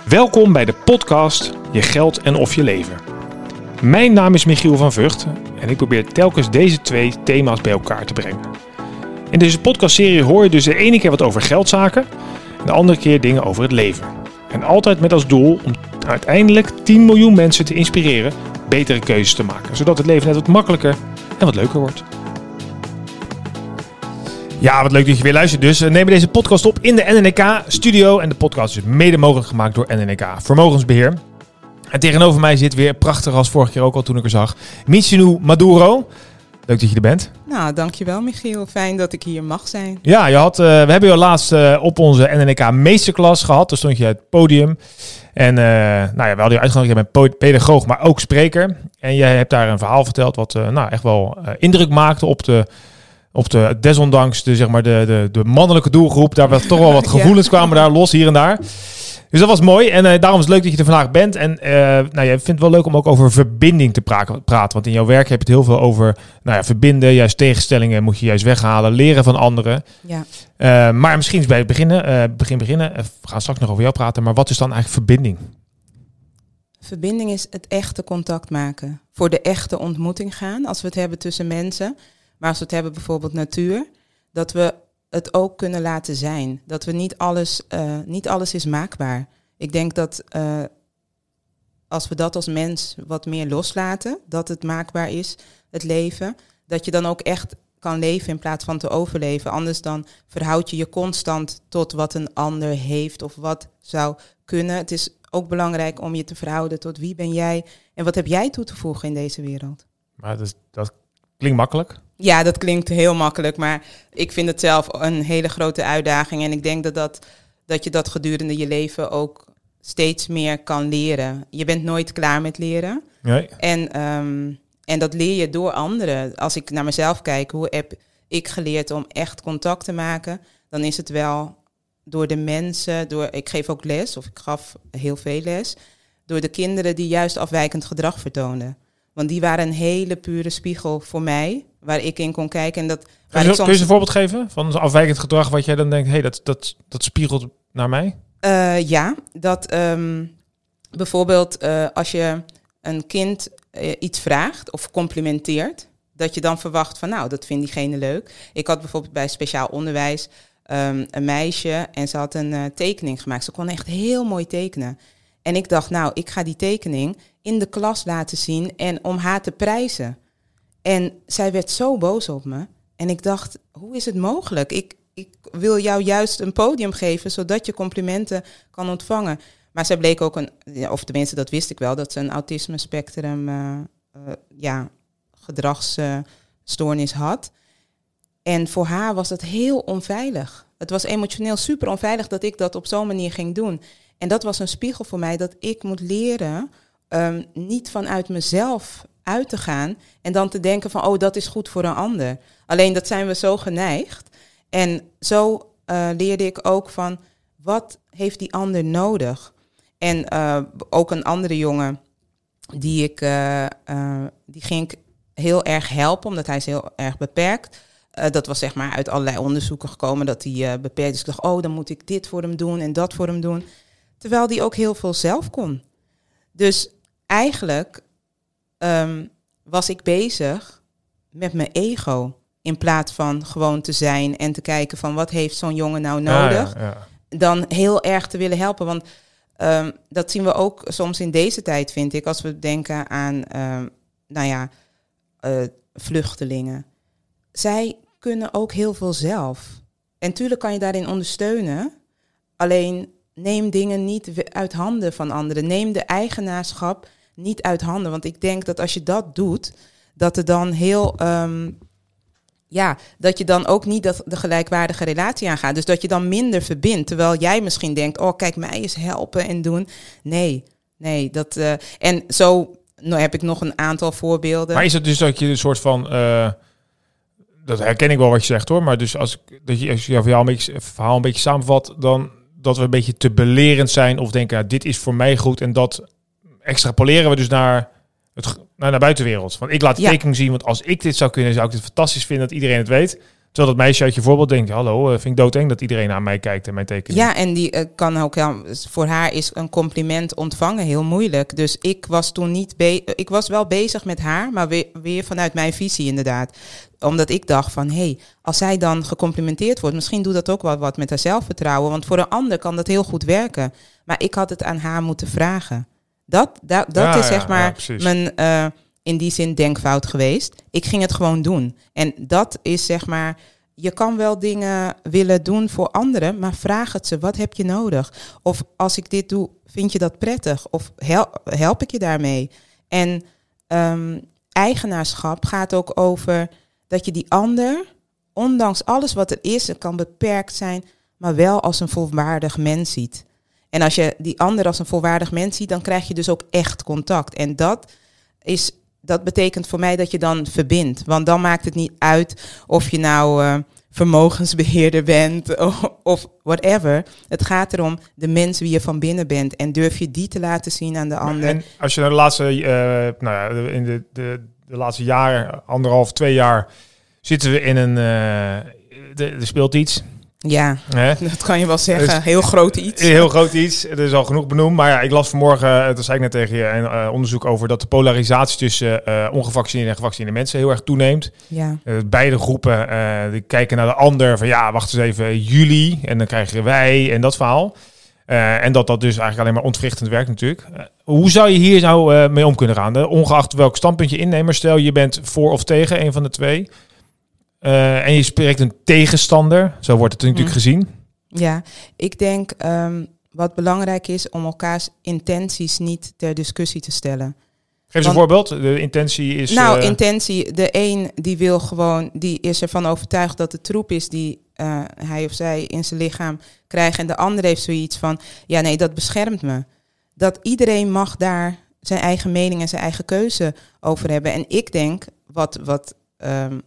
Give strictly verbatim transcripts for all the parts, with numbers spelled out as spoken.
Welkom bij de podcast Je Geld en of Je Leven. Mijn naam is Michiel van Vught en ik probeer telkens deze twee thema's bij elkaar te brengen. In deze podcastserie hoor je dus de ene keer wat over geldzaken en de andere keer dingen over het leven. En altijd met als doel om uiteindelijk tien miljoen mensen te inspireren betere keuzes te maken, zodat het leven net wat makkelijker en wat leuker wordt. Ja, wat leuk dat je weer luistert dus. We nemen deze podcast op in de N N E K-studio. En de podcast is mede mogelijk gemaakt door N N E K Vermogensbeheer. En tegenover mij zit weer, prachtig als vorige keer ook al toen ik er zag, Michinu Maduro. Leuk dat je er bent. Nou, dankjewel Michiel. Fijn dat ik hier mag zijn. Ja, je had, uh, we hebben je laatst uh, op onze N N E K meesterklas gehad. Daar stond je uit het podium. En uh, nou ja, we hadden je uitgenodigd. Je bent pedagoog, maar ook spreker. En jij hebt daar een verhaal verteld wat uh, nou, echt wel uh, indruk maakte op de... Op de, desondanks de, zeg maar de, de, de mannelijke doelgroep. Daar was toch wel wat gevoelens ja. kwamen daar los hier en daar. Dus dat was mooi. En uh, daarom is het leuk dat je er vandaag bent. En uh, nou, jij vindt het wel leuk om ook over verbinding te pra- praten. Want in jouw werk heb je het heel veel over nou ja, verbinden. Juist tegenstellingen moet je juist weghalen. Leren van anderen. Ja. Uh, maar misschien is bij het beginnen, uh, begin beginnen. Uh, we gaan straks nog over jou praten. Maar wat is dan eigenlijk verbinding? Verbinding is het echte contact maken. Voor de echte ontmoeting gaan. Als we het hebben tussen mensen... Maar als we het hebben bijvoorbeeld natuur, dat we het ook kunnen laten zijn. Dat we niet alles, uh, niet alles is maakbaar. Ik denk dat uh, als we dat als mens wat meer loslaten, dat het maakbaar is, het leven, dat je dan ook echt kan leven in plaats van te overleven. Anders dan verhoud je je constant tot wat een ander heeft of wat zou kunnen. Het is ook belangrijk om je te verhouden tot wie ben jij en wat heb jij toe te voegen in deze wereld. Maar dat, dat klinkt makkelijk. Ja, dat klinkt heel makkelijk, maar ik vind het zelf een hele grote uitdaging. En ik denk dat, dat, dat je dat gedurende je leven ook steeds meer kan leren. Je bent nooit klaar met leren. Nee. En, um, en dat leer je door anderen. Als ik naar mezelf kijk, hoe heb ik geleerd om echt contact te maken? Dan is het wel door de mensen, door, ik geef ook les, of ik gaf heel veel les, door de kinderen die juist afwijkend gedrag vertoonden. Want die waren een hele pure spiegel voor mij, waar ik in kon kijken. En dat, waar kun, je, ik soms... kun je een voorbeeld geven van een afwijkend gedrag wat jij dan denkt, hé, hey, dat, dat, dat spiegelt naar mij? Uh, ja, dat um, bijvoorbeeld uh, als je een kind uh, iets vraagt of complimenteert, dat je dan verwacht van, nou, dat vindt diegene leuk. Ik had bijvoorbeeld bij speciaal onderwijs um, een meisje en ze had een uh, tekening gemaakt. Ze kon echt heel mooi tekenen. En ik dacht, nou, ik ga die tekening in de klas laten zien en om haar te prijzen. En zij werd zo boos op me. En ik dacht, hoe is het mogelijk? Ik, ik wil jou juist een podium geven, zodat je complimenten kan ontvangen. Maar zij bleek ook een, of tenminste dat wist ik wel, dat ze een autisme spectrum uh, uh, ja, gedragsstoornis uh, had. En voor haar was het heel onveilig. Het was emotioneel super onveilig dat ik dat op zo'n manier ging doen. En dat was een spiegel voor mij dat ik moet leren um, niet vanuit mezelf uit te gaan en dan te denken van, oh, dat is goed voor een ander. Alleen dat zijn we zo geneigd. En zo uh, leerde ik ook van, wat heeft die ander nodig? En uh, ook een andere jongen, die, ik, uh, uh, die ging ik heel erg helpen, omdat hij is heel erg beperkt. Uh, dat was zeg maar uit allerlei onderzoeken gekomen dat hij uh, beperkt is. Dus ik dacht, oh, dan moet ik dit voor hem doen en dat voor hem doen. Terwijl die ook heel veel zelf kon. Dus eigenlijk um, was ik bezig met mijn ego. In plaats van gewoon te zijn en te kijken van wat heeft zo'n jongen nou nodig. Ja, ja, ja. Dan heel erg te willen helpen. Want um, dat zien we ook soms in deze tijd, vind ik. Als we denken aan um, nou ja, uh, vluchtelingen. Zij kunnen ook heel veel zelf. En tuurlijk kan je daarin ondersteunen. Alleen neem dingen niet uit handen van anderen. Neem de eigenaarschap niet uit handen. Want ik denk dat als je dat doet, dat er dan heel... Um, ja, dat je dan ook niet dat de gelijkwaardige relatie aangaat. Dus dat je dan minder verbindt. Terwijl jij misschien denkt, oh, kijk, mij eens helpen en doen. Nee, nee. Dat, uh, en zo nou, heb ik nog een aantal voorbeelden. Maar is het dus dat je een soort van... Uh, dat herken ik wel wat je zegt, hoor. Maar dus als, dat je, als je jouw verhaal een beetje, verhaal een beetje samenvat, dan dat we een beetje te belerend zijn of denken, ja, dit is voor mij goed. En dat extrapoleren we dus naar... Het, naar de buitenwereld. Want ik laat de ja. tekening zien, want als ik dit zou kunnen, zou ik het fantastisch vinden dat iedereen het weet. Terwijl Terwijl dat meisje uit je voorbeeld denkt, hallo, uh, vind ik doodeng dat iedereen naar mij kijkt en mijn tekening. Ja, en die uh, kan ook, ja, voor haar is een compliment ontvangen heel moeilijk. Dus ik was toen niet, be- ik was wel bezig met haar, maar weer, weer vanuit mijn visie inderdaad. Omdat ik dacht van, hé, hey, als zij dan gecomplimenteerd wordt, misschien doet dat ook wel wat met haar zelfvertrouwen. Want voor een ander kan dat heel goed werken. Maar ik had het aan haar moeten vragen. Dat, dat, dat ja, is zeg ja, maar ja, mijn, uh, in die zin, denkfout geweest. Ik ging het gewoon doen. En dat is zeg maar, je kan wel dingen willen doen voor anderen, maar vraag het ze, wat heb je nodig? Of als ik dit doe, vind je dat prettig? Of help, help ik je daarmee? En um, eigenaarschap gaat ook over dat je die ander, ondanks alles wat er is, het kan beperkt zijn, maar wel als een volwaardig mens ziet. En als je die ander als een volwaardig mens ziet, dan krijg je dus ook echt contact. En dat is, dat betekent voor mij dat je dan verbindt. Want dan maakt het niet uit of je nou uh, vermogensbeheerder bent of, of whatever. Het gaat erom de mens wie je van binnen bent. En durf je die te laten zien aan de ander. En als je nou de laatste, uh, nou ja, in de, de, de laatste jaren, anderhalf, twee jaar, zitten we in een, uh, er speelt iets. Ja, Hè? Dat kan je wel zeggen. Dus, heel groot iets. Heel groot iets. Er is al genoeg benoemd. Maar ja, ik las vanmorgen, dat zei ik net tegen je, een uh, onderzoek over dat de polarisatie tussen uh, ongevaccineerde en gevaccineerde mensen heel erg toeneemt. Ja. Uh, beide groepen uh, die kijken naar de ander van ja, wacht eens even, jullie. En dan krijgen wij en dat verhaal. Uh, en dat dat dus eigenlijk alleen maar ontwrichtend werkt natuurlijk. Uh, hoe zou je hier nou uh, mee om kunnen gaan? Uh, ongeacht welk standpunt je inneemt. Stel je bent voor of tegen, een van de twee. Uh, en je spreekt een tegenstander. Zo wordt het natuurlijk mm. gezien. Ja, ik denk um, wat belangrijk is om elkaars intenties niet ter discussie te stellen. Geef eens een voorbeeld. De intentie is... Nou, uh... intentie. De een die wil gewoon, die is ervan overtuigd dat het troep is die uh, hij of zij in zijn lichaam krijgt. En de ander heeft zoiets van, ja nee, dat beschermt me. Dat iedereen mag daar zijn eigen mening en zijn eigen keuze over hebben. En ik denk, wat, wat um,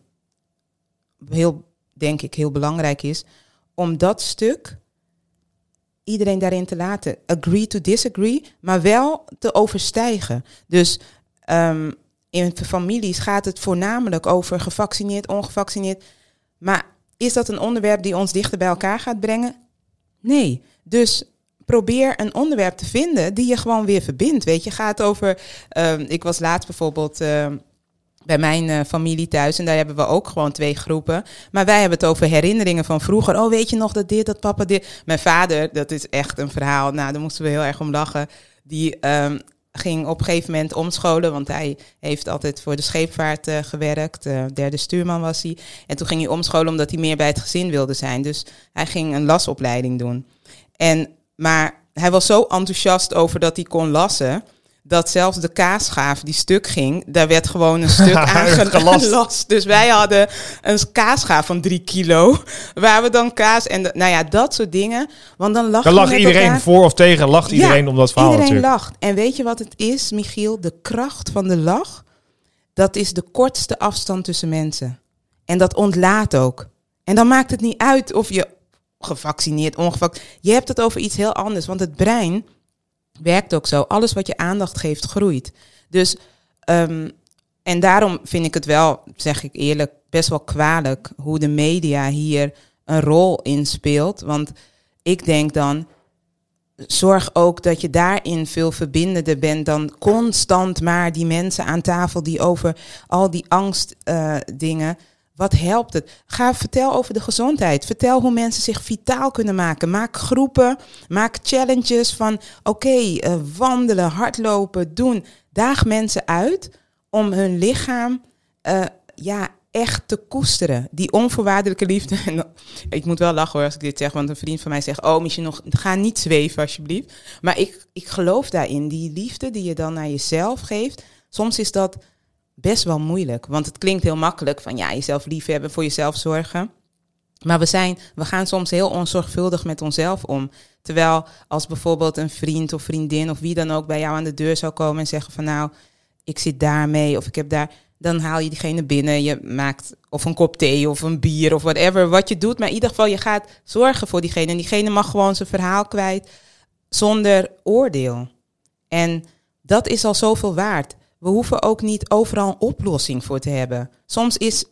heel, denk ik, heel belangrijk is, om dat stuk iedereen daarin te laten. Agree to disagree, maar wel te overstijgen. Dus um, in families gaat het voornamelijk over gevaccineerd, ongevaccineerd. Maar is dat een onderwerp die ons dichter bij elkaar gaat brengen? Nee. Dus probeer een onderwerp te vinden die je gewoon weer verbindt. Weet je, gaat over... Um, ik was laatst bijvoorbeeld... Uh, bij mijn uh, familie thuis. En daar hebben we ook gewoon twee groepen. Maar wij hebben het over herinneringen van vroeger. Oh, weet je nog dat dit, dat papa dit. Mijn vader, dat is echt een verhaal. Nou, daar moesten we heel erg om lachen. Die um, ging op een gegeven moment omscholen. Want hij heeft altijd voor de scheepvaart uh, gewerkt. Uh, derde stuurman was hij. En toen ging hij omscholen omdat hij meer bij het gezin wilde zijn. Dus hij ging een lasopleiding doen. En, maar hij was zo enthousiast over dat hij kon lassen, dat zelfs de kaasschaaf die stuk ging, daar werd gewoon een stuk aangelast. Dus wij hadden een kaasschaaf van drie kilo, waar we dan kaas en, de, nou ja, dat soort dingen. Want dan lacht, dan lacht iedereen elkaar. Voor of tegen, lacht ja, iedereen om dat verhaal iedereen natuurlijk. lacht. En weet je wat het is, Michiel? De kracht van de lach, dat is de kortste afstand tussen mensen. En dat ontlaat ook. En dan maakt het niet uit of je gevaccineerd, ongevaccineerd. Je hebt het over iets heel anders, want het brein werkt ook zo. Alles wat je aandacht geeft, groeit. Dus, um, en daarom vind ik het wel, zeg ik eerlijk, best wel kwalijk hoe de media hier een rol in speelt. Want ik denk dan, zorg ook dat je daarin veel verbindender bent dan constant maar die mensen aan tafel die over al die angst uh, dingen. Wat helpt het? Ga vertel over de gezondheid. Vertel hoe mensen zich vitaal kunnen maken. Maak groepen, maak challenges van oké, okay, uh, wandelen, hardlopen, doen. Daag mensen uit om hun lichaam uh, ja, echt te koesteren. Die onvoorwaardelijke liefde. Ik moet wel lachen hoor als ik dit zeg, want een vriend van mij zegt, oh, misschien nog, ga niet zweven alsjeblieft. Maar ik, ik geloof daarin. Die liefde die je dan naar jezelf geeft, soms is dat best wel moeilijk, want het klinkt heel makkelijk van ja, jezelf liefhebben, voor jezelf zorgen. Maar we zijn, we gaan soms heel onzorgvuldig met onszelf om. Terwijl als bijvoorbeeld een vriend of vriendin of wie dan ook bij jou aan de deur zou komen en zeggen van nou, ik zit daarmee of ik heb daar, dan haal je diegene binnen, je maakt of een kop thee of een bier of whatever, wat je doet. Maar in ieder geval, je gaat zorgen voor diegene en diegene mag gewoon zijn verhaal kwijt zonder oordeel. En dat is al zoveel waard. We hoeven ook niet overal een oplossing voor te hebben. Soms is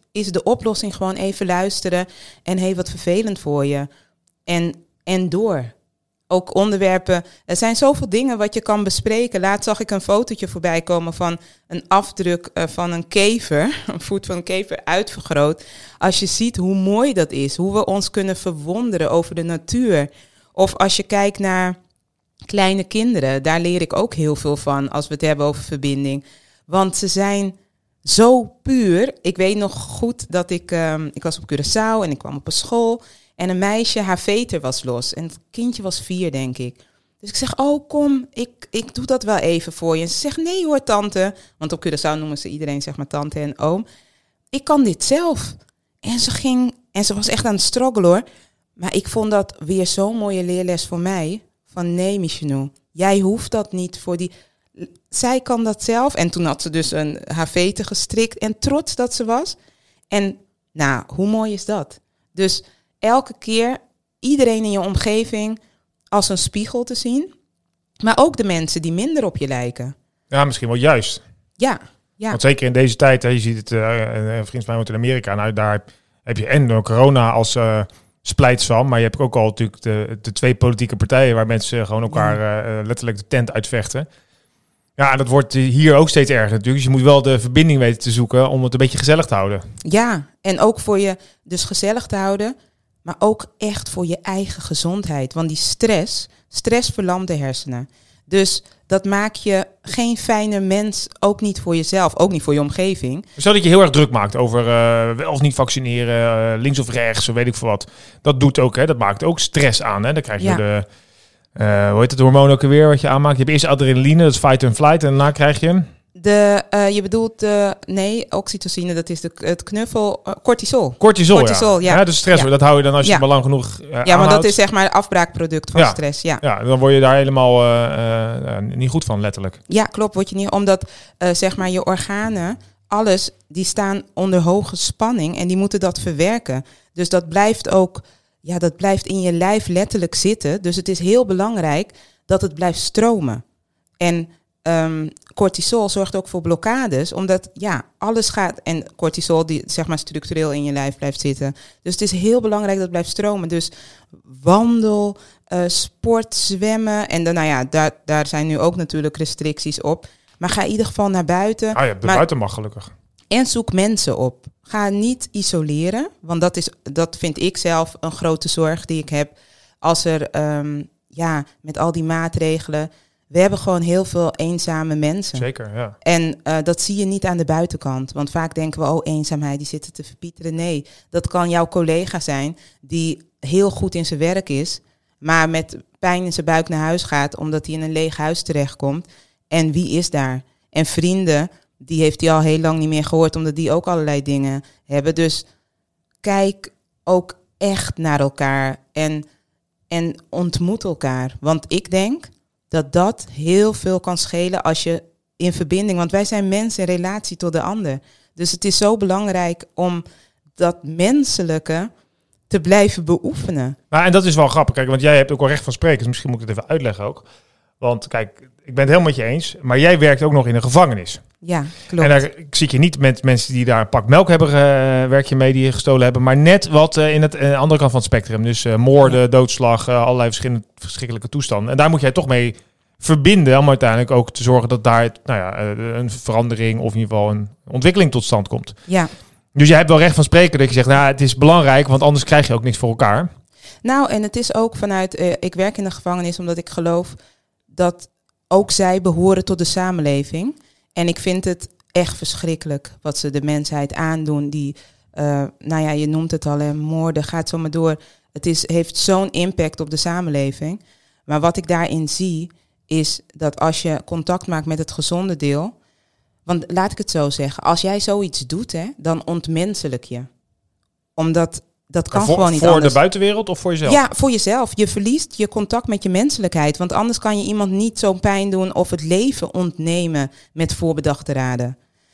is de oplossing gewoon even luisteren en hey, wat vervelend voor je. En, en door. Ook onderwerpen. Er zijn zoveel dingen wat je kan bespreken. Laatst zag ik een fotootje voorbij komen van een afdruk uh, van een kever. Een voet van een kever uitvergroot. Als je ziet hoe mooi dat is. Hoe we ons kunnen verwonderen over de natuur. Of als je kijkt naar kleine kinderen. Daar leer ik ook heel veel van als we het hebben over verbinding. Want ze zijn zo puur. Ik weet nog goed dat ik... Um, ik was op Curaçao en ik kwam op een school... En een meisje, haar veter was los. En het kindje was vier, denk ik. Dus ik zeg, oh kom, ik, ik doe dat wel even voor je. En ze zegt, nee hoor, tante. Want op Curaçao noemen ze iedereen, zeg maar, tante en oom. Ik kan dit zelf. En ze ging, en ze was echt aan het struggelen hoor. Maar ik vond dat weer zo'n mooie leerles voor mij. Van nee, Michel, jij hoeft dat niet voor die... Zij kan dat zelf. En toen had ze dus een, haar veter gestrikt. En trots dat ze was. En nou, hoe mooi is dat? Dus... elke keer iedereen in je omgeving als een spiegel te zien. Maar ook de mensen die minder op je lijken. Ja, misschien wel juist. Ja, ja. Want zeker in deze tijd, hè, je ziet het, uh, een vriend van mij woont in Amerika. Nou, daar heb je en door corona als uh, splijtswam. Maar je hebt ook al natuurlijk de, de twee politieke partijen waar mensen gewoon elkaar ja. uh, letterlijk de tent uitvechten. Ja, dat wordt hier ook steeds erger natuurlijk. Dus je moet wel de verbinding weten te zoeken om het een beetje gezellig te houden. Ja, en ook voor je dus gezellig te houden... maar ook echt voor je eigen gezondheid. Want die stress, stress verlamt de hersenen. Dus dat maakt je geen fijne mens, ook niet voor jezelf, ook niet voor je omgeving. Stel dat je heel erg druk maakt over uh, wel of niet vaccineren, uh, links of rechts, of weet ik veel wat. Dat doet ook, hè. Dat maakt ook stress aan. Hè. Dan krijg je ja. de, uh, hoe heet het hormoon ook alweer wat je aanmaakt? Je hebt eerst adrenaline, dat is fight and flight, en daarna krijg je... De, uh, je bedoelt, uh, nee, oxytocine, dat is de, het knuffel, uh, cortisol. Cortisol, cortisol ja. ja. ja. Dus stress, ja. dat hou je dan als je ja. maar lang genoeg uh, Ja, aanhoudt. maar dat is zeg maar het afbraakproduct van ja. stress, ja. Ja, dan word je daar helemaal uh, uh, niet goed van, letterlijk. Ja, klopt, word je niet, omdat uh, zeg maar je organen, alles, die staan onder hoge spanning en die moeten dat verwerken. Dus dat blijft ook, ja, dat blijft in je lijf letterlijk zitten. Dus het is heel belangrijk dat het blijft stromen. En... Um, cortisol zorgt ook voor blokkades, omdat ja, alles gaat... En cortisol die zeg maar structureel in je lijf blijft zitten. Dus het is heel belangrijk dat het blijft stromen. Dus wandel, uh, sport, zwemmen. En dan, nou ja, daar, daar zijn nu ook natuurlijk restricties op. Maar ga in ieder geval naar buiten. Ah ja, de maar, buiten mag gelukkig. En zoek mensen op. Ga niet isoleren, want dat, is, dat vind ik zelf een grote zorg die ik heb. Als er, um, ja, met al die maatregelen... We hebben gewoon heel veel eenzame mensen. Zeker, ja. En uh, dat zie je niet aan de buitenkant. Want vaak denken we, oh, eenzaamheid, die zitten te verpieteren. Nee, dat kan jouw collega zijn die heel goed in zijn werk is... maar met pijn in zijn buik naar huis gaat... omdat hij in een leeg huis terechtkomt. En wie is daar? En vrienden, die heeft hij al heel lang niet meer gehoord... omdat die ook allerlei dingen hebben. Dus kijk ook echt naar elkaar en, en ontmoet elkaar. Want ik denk... dat dat heel veel kan schelen als je in verbinding... want wij zijn mensen in relatie tot de ander. Dus het is zo belangrijk om dat menselijke te blijven beoefenen. Nou, en dat is wel grappig, kijk, want jij hebt ook wel recht van spreken. Dus misschien moet ik het even uitleggen ook. Want kijk, ik ben het helemaal met je eens. Maar jij werkt ook nog in een gevangenis. Ja, klopt. En daar zit je niet met mensen die daar een pak melk hebben, uh, werk je mee, die je gestolen hebben. Maar net wat uh, in het uh, andere kant van het spectrum. Dus uh, moorden, ja. doodslag, uh, allerlei verschillende verschrikkelijke toestanden. En daar moet jij toch mee verbinden. Om uiteindelijk ook te zorgen dat daar nou ja, uh, een verandering of in ieder geval een ontwikkeling tot stand komt. Ja. Dus jij hebt wel recht van spreken dat je zegt, nou, het is belangrijk, want anders krijg je ook niks voor elkaar. Nou, en het is ook vanuit, uh, ik werk in de gevangenis omdat ik geloof dat ook zij behoren tot de samenleving. En ik vind het echt verschrikkelijk wat ze de mensheid aandoen. Die, uh, nou ja, je noemt het al, hè, moorden, gaat zo maar door. Het is, heeft zo'n impact op de samenleving. Maar wat ik daarin zie, is dat als je contact maakt met het gezonde deel... Want laat ik het zo zeggen, als jij zoiets doet, hè, dan ontmenselijk je. Omdat dat kan voor, gewoon niet voor anders. Voor de buitenwereld of voor jezelf? Ja, voor jezelf. Je verliest je contact met je menselijkheid. Want anders kan je iemand niet zo'n pijn doen of het leven ontnemen met voorbedachte raden.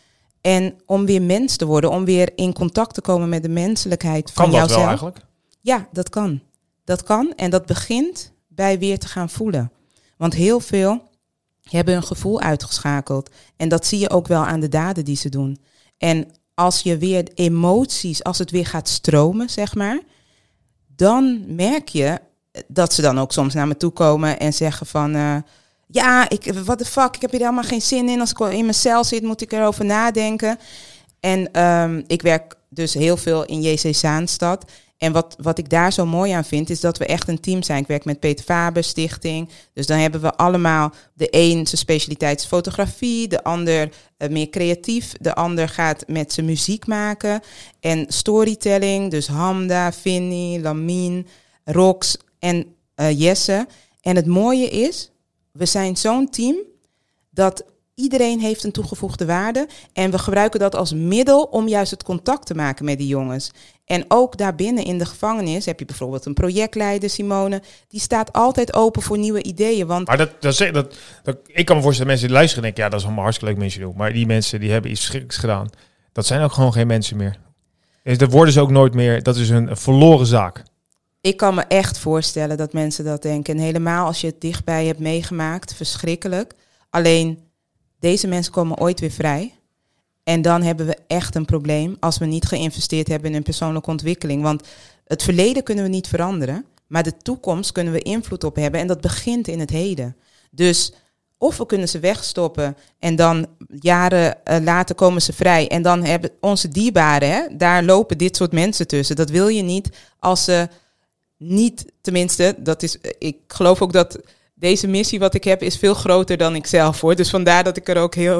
En om weer mens te worden, om weer in contact te komen met de menselijkheid van jouzelf. Kan dat wel eigenlijk? Ja, dat kan. Dat kan en dat begint bij weer te gaan voelen. Want heel veel hebben hun gevoel uitgeschakeld. En dat zie je ook wel aan de daden die ze doen. En als je weer emoties, als het weer gaat stromen, zeg maar, dan merk je dat ze dan ook soms naar me toe komen en zeggen van, uh, ja, ik, what the fuck, ik heb hier helemaal geen zin in. Als ik in mijn cel zit, moet ik erover nadenken. En um, ik werk dus heel veel in J C Zaanstad. En wat, wat ik daar zo mooi aan vind, is dat we echt een team zijn. Ik werk met Peter Faber Stichting. Dus dan hebben we allemaal, de een zijn specialiteit is fotografie, de ander uh, meer creatief, de ander gaat met zijn muziek maken. En storytelling, dus Hamda, Vinnie, Lamine, Rox en uh, Jesse. En het mooie is, we zijn zo'n team dat iedereen heeft een toegevoegde waarde. En we gebruiken dat als middel om juist het contact te maken met die jongens. En ook daarbinnen in de gevangenis heb je bijvoorbeeld een projectleider, Simone. Die staat altijd open voor nieuwe ideeën. Want maar dat, dat, dat, dat, ik kan me voorstellen dat mensen die luisteren en denken, ja, dat is allemaal hartstikke leuk mensen doen. Maar die mensen die hebben iets verschrikkelijks gedaan. Dat zijn ook gewoon geen mensen meer. Dus dat worden ze ook nooit meer. Dat is een, een verloren zaak. Ik kan me echt voorstellen dat mensen dat denken. En helemaal als je het dichtbij hebt meegemaakt, verschrikkelijk. Alleen, deze mensen komen ooit weer vrij. En dan hebben we echt een probleem als we niet geïnvesteerd hebben in een persoonlijke ontwikkeling. Want het verleden kunnen we niet veranderen, maar de toekomst kunnen we invloed op hebben. En dat begint in het heden. Dus of we kunnen ze wegstoppen en dan jaren uh, later komen ze vrij. En dan hebben onze dierbaren, hè, daar lopen dit soort mensen tussen. Dat wil je niet als ze niet, tenminste, dat is, ik geloof ook dat deze missie wat ik heb is veel groter dan ik zelf, hoor. Dus vandaar dat ik er ook heel,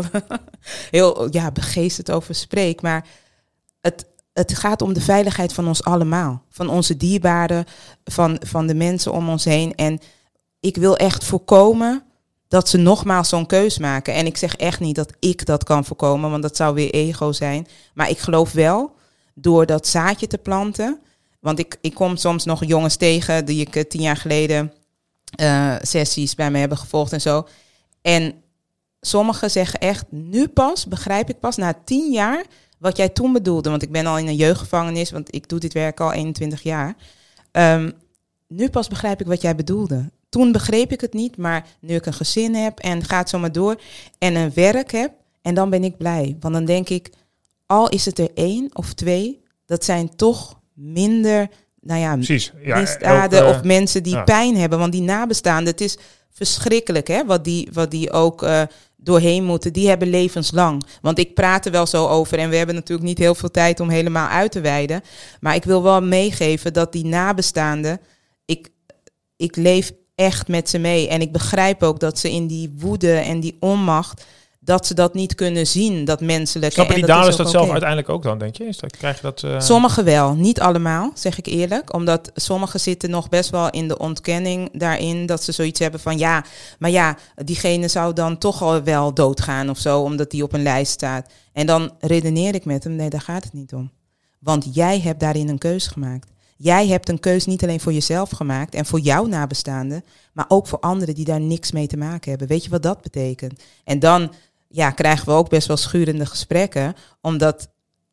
heel ja, begeesterd over spreek. Maar het, het gaat om de veiligheid van ons allemaal. Van onze dierbaren, van, van de mensen om ons heen. En ik wil echt voorkomen dat ze nogmaals zo'n keus maken. En ik zeg echt niet dat ik dat kan voorkomen, want dat zou weer ego zijn. Maar ik geloof wel, door dat zaadje te planten. Want ik, ik kom soms nog jongens tegen die ik uh, tien jaar geleden Uh, sessies bij me hebben gevolgd en zo. En sommigen zeggen echt, nu pas, begrijp ik pas na tien jaar wat jij toen bedoelde. Want ik ben al in een jeugdgevangenis, want ik doe dit werk al eenentwintig jaar. Um, nu pas begrijp ik wat jij bedoelde. Toen begreep ik het niet, maar nu ik een gezin heb en gaat zo maar door en een werk heb, en dan ben ik blij. Want dan denk ik, al is het er één of twee, dat zijn toch minder, nou ja, precies, ja, misdaden ook, uh, of mensen die ja. pijn hebben. Want die nabestaanden, het is verschrikkelijk, hè, wat die, wat die ook uh, doorheen moeten. Die hebben levenslang. Want ik praat er wel zo over en we hebben natuurlijk niet heel veel tijd om helemaal uit te wijden. Maar ik wil wel meegeven dat die nabestaanden, ik, ik leef echt met ze mee. En ik begrijp ook dat ze in die woede en die onmacht, dat ze dat niet kunnen zien, dat menselijke. Snappen die dat daders dat zelf okay. uiteindelijk ook dan, denk je? Is dat, krijg je dat, uh... Sommigen wel, niet allemaal, zeg ik eerlijk. Omdat sommigen zitten nog best wel in de ontkenning daarin, dat ze zoiets hebben van, ja, maar ja, diegene zou dan toch al wel doodgaan of zo, omdat die op een lijst staat. En dan redeneer ik met hem, nee, daar gaat het niet om. Want jij hebt daarin een keus gemaakt. Jij hebt een keus niet alleen voor jezelf gemaakt en voor jouw nabestaanden, maar ook voor anderen die daar niks mee te maken hebben. Weet je wat dat betekent? En dan ja, krijgen we ook best wel schurende gesprekken, omdat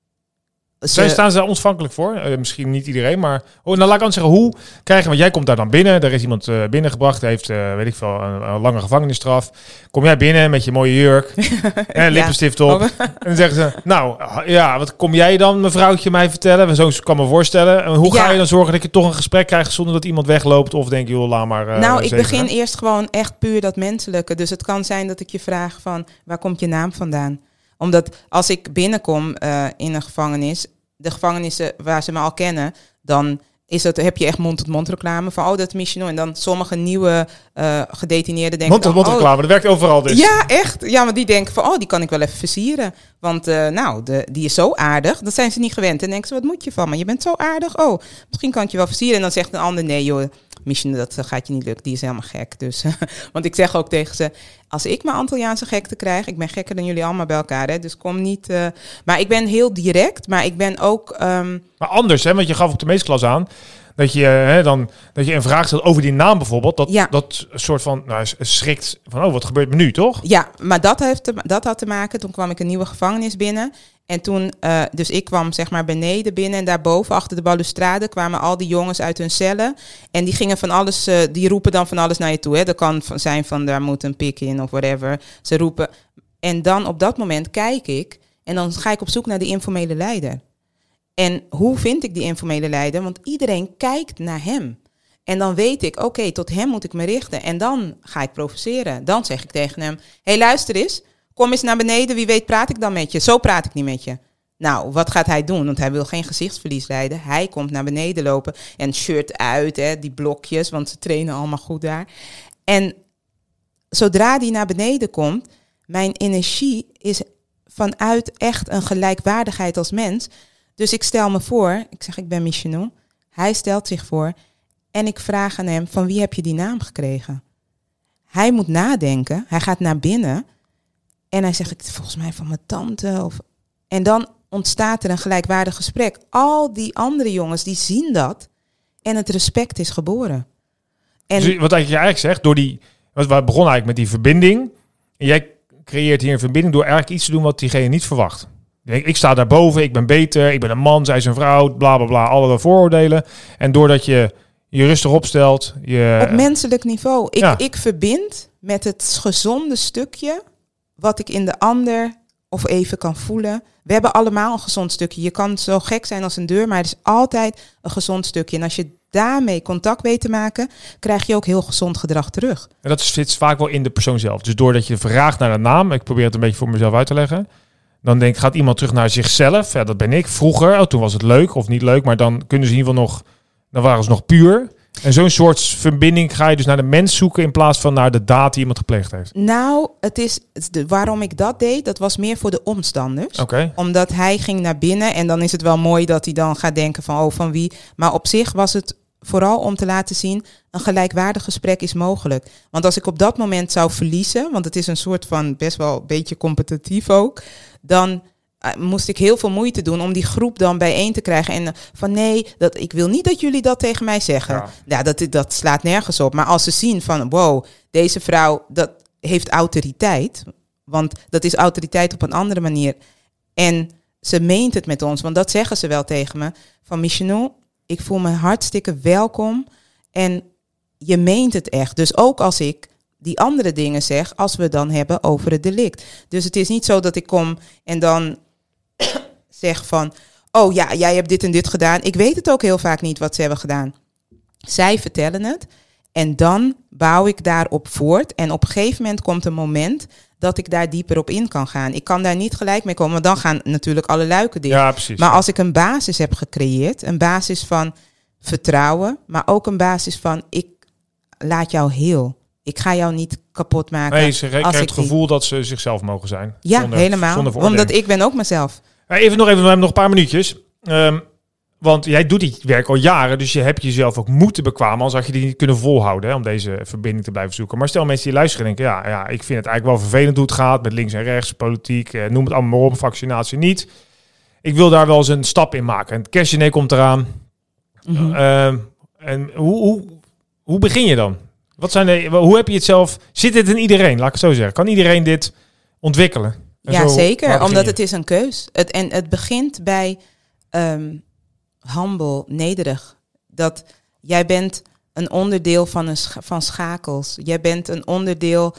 Ze... Staan ze daar ontvankelijk voor? Uh, misschien niet iedereen, maar oh, nou laat ik anders zeggen, hoe krijgen, want jij komt daar dan binnen, er is iemand uh, binnengebracht, heeft, uh, weet ik veel, een, een lange gevangenisstraf. Kom jij binnen met je mooie jurk en lippenstift op. Ja. En dan zeggen ze, nou ja, wat kom jij dan, mevrouwtje, mij vertellen? Zo kan me voorstellen. En hoe ga ja. je dan zorgen dat je toch een gesprek krijgt zonder dat iemand wegloopt of denk je, joh, laat maar. Uh, nou, ik begin gaan. eerst gewoon echt puur dat menselijke. Dus het kan zijn dat ik je vraag van, waar komt je naam vandaan? Omdat als ik binnenkom uh, in een gevangenis, de gevangenissen waar ze me al kennen, dan is het, heb je echt mond-tot-mond reclame van, oh, dat is Michel. En dan sommige nieuwe uh, gedetineerden denken, mond-tot-mond reclame, oh, dat werkt overal dus. Ja, echt. Ja, maar die denken van, oh, die kan ik wel even versieren. Want uh, nou, de, die is zo aardig. Dat zijn ze niet gewend. En dan denken ze, wat moet je van me? Je bent zo aardig. Oh, misschien kan ik je wel versieren. En dan zegt een ander, nee joh, Michel, dat gaat je niet lukken. Die is helemaal gek. Dus, want ik zeg ook tegen ze, als ik mijn Antilliaanse gekte krijg, ik ben gekker dan jullie allemaal bij elkaar, hè, dus kom niet. Uh, maar ik ben heel direct, maar ik ben ook. Um... Maar anders, hè, want je gaf op de meestklas aan dat je hè, dan dat je een vraag stelt over die naam bijvoorbeeld, dat ja. dat soort van nou, schrikt van, oh, wat gebeurt me nu, toch? Ja, maar dat heeft te, dat had te maken. Toen kwam ik een nieuwe gevangenis binnen. En toen, uh, dus ik kwam zeg maar beneden binnen en daarboven achter de balustrade kwamen al die jongens uit hun cellen. En die gingen van alles, uh, die roepen dan van alles naar je toe. Hè. Dat kan zijn van, daar moet een pik in of whatever. Ze roepen. En dan op dat moment kijk ik En dan ga ik op zoek naar die informele leider. En hoe vind ik die informele leider? Want iedereen kijkt naar hem. En dan weet ik, oké, okay, tot hem moet ik me richten. En dan ga ik provoceren. Dan zeg ik tegen hem, hé, hey, luister eens. Kom eens naar beneden, wie weet praat ik dan met je. Zo praat ik niet met je. Nou, wat gaat hij doen? Want hij wil geen gezichtsverlies lijden. Hij komt naar beneden lopen en shirt uit, hè, die blokjes, want ze trainen allemaal goed daar. En zodra die naar beneden komt, mijn energie is vanuit echt een gelijkwaardigheid als mens. Dus ik stel me voor, ik zeg ik ben Michenou. Hij stelt zich voor en ik vraag aan hem, van wie heb je die naam gekregen? Hij moet nadenken, hij gaat naar binnen en hij zegt, volgens mij van mijn tante. Of... En dan ontstaat er een gelijkwaardig gesprek. Al die andere jongens, die zien dat en het respect is geboren. En dus wat je eigenlijk zegt, door die, wat we begonnen eigenlijk met die verbinding. En jij creëert hier een verbinding door eigenlijk iets te doen wat diegene niet verwacht. Ik, ik sta daarboven, ik ben beter, ik ben een man, zij is een vrouw, bla bla bla, alle vooroordelen. En doordat je je rustig opstelt. Je... Op menselijk niveau. Ik, ja. ik verbind met het gezonde stukje wat ik in de ander of even kan voelen. We hebben allemaal een gezond stukje. Je kan zo gek zijn als een deur, maar het is altijd een gezond stukje. En als je daarmee contact weet te maken, krijg je ook heel gezond gedrag terug. En dat zit vaak wel in de persoon zelf. Dus doordat je vraagt naar de naam, ik probeer het een beetje voor mezelf uit te leggen, dan denk ik, gaat iemand terug naar zichzelf. Ja, dat ben ik. Vroeger, oh, toen was het leuk of niet leuk, maar dan kunnen ze in ieder geval nog, dan waren ze nog puur. En zo'n soort verbinding ga je dus naar de mens zoeken in plaats van naar de daad die iemand gepleegd heeft. Nou, het is de, waarom ik dat deed, dat was meer voor de omstanders. Okay. Omdat hij ging naar binnen en dan is het wel mooi dat hij dan gaat denken van, oh, van wie. Maar op zich was het vooral om te laten zien, een gelijkwaardig gesprek is mogelijk. Want als ik op dat moment zou verliezen, want het is een soort van best wel een beetje competitief ook, dan uh, moest ik heel veel moeite doen om die groep dan bijeen te krijgen. En uh, van nee, dat, ik wil niet dat jullie dat tegen mij zeggen. Ja, ja dat, dat slaat nergens op. Maar als ze zien van, wow, deze vrouw, dat heeft autoriteit. Want dat is autoriteit op een andere manier. En ze meent het met ons, want dat zeggen ze wel tegen me. Van Michenou, ik voel me hartstikke welkom en je meent het echt. Dus ook als ik die andere dingen zeg, als we het dan hebben over het delict. Dus het is niet zo dat ik kom en dan zeg van, oh ja, jij hebt dit en dit gedaan. Ik weet het ook heel vaak niet wat ze hebben gedaan. Zij vertellen het en dan bouw ik daarop voort. En op een gegeven moment komt een moment dat ik daar dieper op in kan gaan. Ik kan daar niet gelijk mee komen, want dan gaan natuurlijk alle luiken dicht. Ja, precies. Maar als ik een basis heb gecreëerd, een basis van vertrouwen, maar ook een basis van, ik laat jou heel. Ik ga jou niet kapot maken. Nee, ze krijgen het die... gevoel dat ze zichzelf mogen zijn. Ja, zonder, helemaal. Zonder omdat ik ben ook mezelf. Even nog even, we hebben nog een paar minuutjes. Um, want jij doet dit werk al jaren, dus je hebt jezelf ook moeten bekwamen. Anders had je die niet kunnen volhouden, hè, om deze verbinding te blijven zoeken. Maar stel mensen die luisteren en denken, ja, ja, ik vind het eigenlijk wel vervelend hoe het gaat met links en rechts, politiek, eh, noem het allemaal maar op, vaccinatie niet. Ik wil daar wel eens een stap in maken. En het kerstdiner komt eraan. Mm-hmm. Uh, en hoe, hoe, hoe begin je dan? Wat zijn de, hoe heb je het zelf? Zit dit in iedereen? Laat ik het zo zeggen. Kan iedereen dit ontwikkelen? En ja, zo, zeker. Omdat je? het is een keus. Het, en het begint bij um, humble, nederig. Dat jij bent een onderdeel van, een sch- van schakels. Jij bent een onderdeel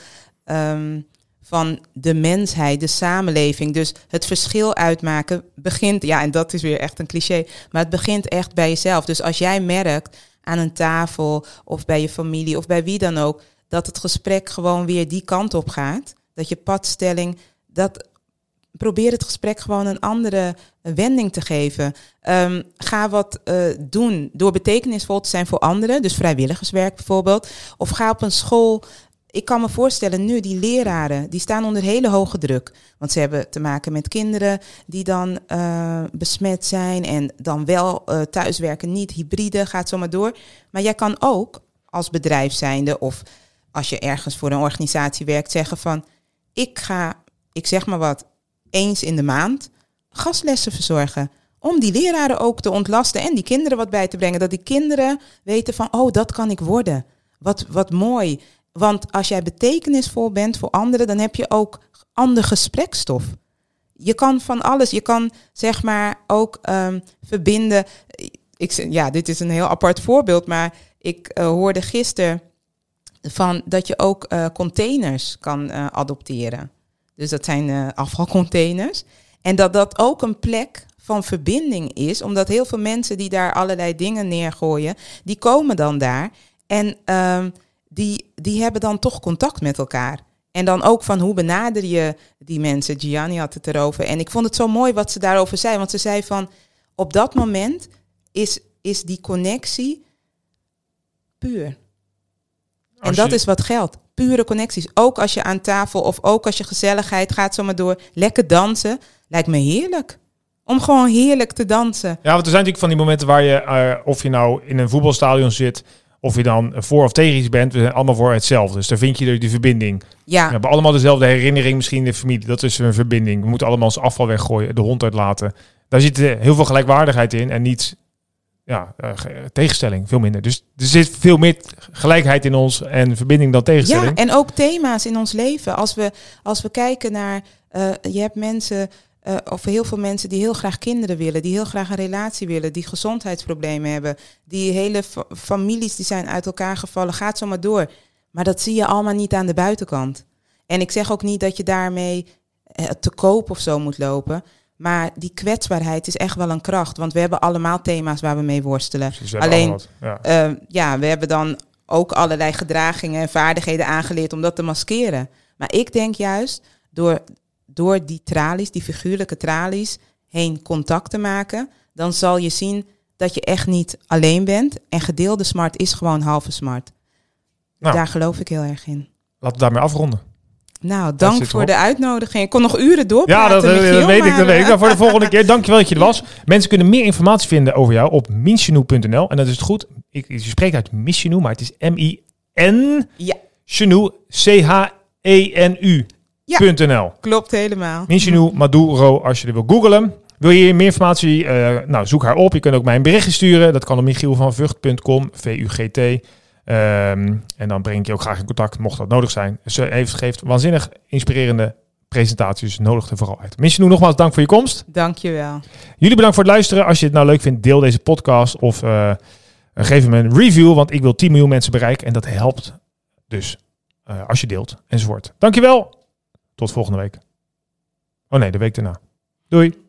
um, van de mensheid, de samenleving. Dus het verschil uitmaken begint, ja, en dat is weer echt een cliché, maar het begint echt bij jezelf. Dus als jij merkt aan een tafel of bij je familie of bij wie dan ook, dat het gesprek gewoon weer die kant op gaat, dat je padstelling, dat probeer het gesprek gewoon een andere wending te geven. Um, ga wat uh, doen door betekenisvol te zijn voor anderen, dus vrijwilligerswerk bijvoorbeeld, of ga op een school. Ik kan me voorstellen nu, die leraren, die staan onder hele hoge druk. Want ze hebben te maken met kinderen die dan uh, besmet zijn en dan wel uh, thuiswerken, niet hybride, gaat zomaar door. Maar jij kan ook als bedrijf zijnde of als je ergens voor een organisatie werkt zeggen van, ik ga, ik zeg maar wat, eens in de maand gastlessen verzorgen. Om die leraren ook te ontlasten en die kinderen wat bij te brengen. Dat die kinderen weten van, oh, dat kan ik worden. Wat, wat mooi. Want als jij betekenisvol bent voor anderen, dan heb je ook ander gesprekstof. Je kan van alles, je kan zeg maar ook um, verbinden. Ik, ja, dit is een heel apart voorbeeld, maar ik uh, hoorde gisteren van dat je ook uh, containers kan uh, adopteren. Dus dat zijn uh, afvalcontainers. En dat dat ook een plek van verbinding is. Omdat heel veel mensen die daar allerlei dingen neergooien, die komen dan daar. En um, die, die hebben dan toch contact met elkaar. En dan ook van hoe benader je die mensen. Gianni had het erover. En ik vond het zo mooi wat ze daarover zei. Want ze zei van, op dat moment is, is die connectie puur. En Als dat je- is wat geldt. Pure connecties. Ook als je aan tafel of ook als je gezelligheid gaat zomaar door. Lekker dansen. Lijkt me heerlijk. Om gewoon heerlijk te dansen. Ja, want er zijn natuurlijk van die momenten waar je, uh, of je nou in een voetbalstadion zit, of je dan voor of tegen iets bent, we zijn allemaal voor hetzelfde. Dus daar vind je die verbinding. Ja. We hebben allemaal dezelfde herinnering, misschien in de familie. Dat is een verbinding. We moeten allemaal ons afval weggooien, de hond uitlaten. Daar zit uh, heel veel gelijkwaardigheid in en niet ja, uh, tegenstelling, veel minder. Dus er zit veel meer gelijkheid in ons en verbinding dan tegenstelling. Ja, en ook thema's in ons leven. Als we, als we kijken naar, uh, je hebt mensen, uh, of heel veel mensen die heel graag kinderen willen, die heel graag een relatie willen, die gezondheidsproblemen hebben, die hele fa- families die zijn uit elkaar gevallen, gaat zo maar door. Maar dat zie je allemaal niet aan de buitenkant. En ik zeg ook niet dat je daarmee uh, te koop of zo moet lopen. Maar die kwetsbaarheid is echt wel een kracht. Want we hebben allemaal thema's waar we mee worstelen. Dus we hebben Alleen, allemaal wat, ja. uh, ja, we hebben dan ook allerlei gedragingen en vaardigheden aangeleerd om dat te maskeren. Maar ik denk juist, door, door die tralies, die figuurlijke tralies, heen contact te maken, dan zal je zien dat je echt niet alleen bent. En gedeelde smart is gewoon halve smart. Nou. Daar geloof ik heel erg in. Laten we daarmee afronden. Nou, dank zit voor erop. de uitnodiging. Ik kon nog uren doorpraten. Ja, dat, uh, Michiel, dat weet ik. maar, Dat weet ik. uh, Nou, voor de volgende keer. Dankjewel dat je er was. Mensen kunnen meer informatie vinden over jou op minchenu punt n l. En dat is het goed. Ik, je spreekt uit Michenu, maar het is M I N Ja, Chenu, C H E N U Ja. punt n l. klopt helemaal. Minchenu Maduro, als je er wil googlen. Wil je hier meer informatie? Uh, nou, zoek haar op. Je kunt ook mij een berichtje sturen. Dat kan op michiel van vught punt com, V U G T. Um, en dan breng ik je ook graag in contact, mocht dat nodig zijn. Ze heeft, geeft waanzinnig inspirerende presentaties. Nodig er vooral uit. Michenu, nogmaals dank voor je komst. Dankjewel. Jullie bedankt voor het luisteren. Als je het nou leuk vindt, deel deze podcast of uh, geef hem een review, want ik wil tien miljoen mensen bereiken en dat helpt dus uh, als je deelt enzovoort. Dankjewel. Tot volgende week. Oh nee, de week daarna. Doei.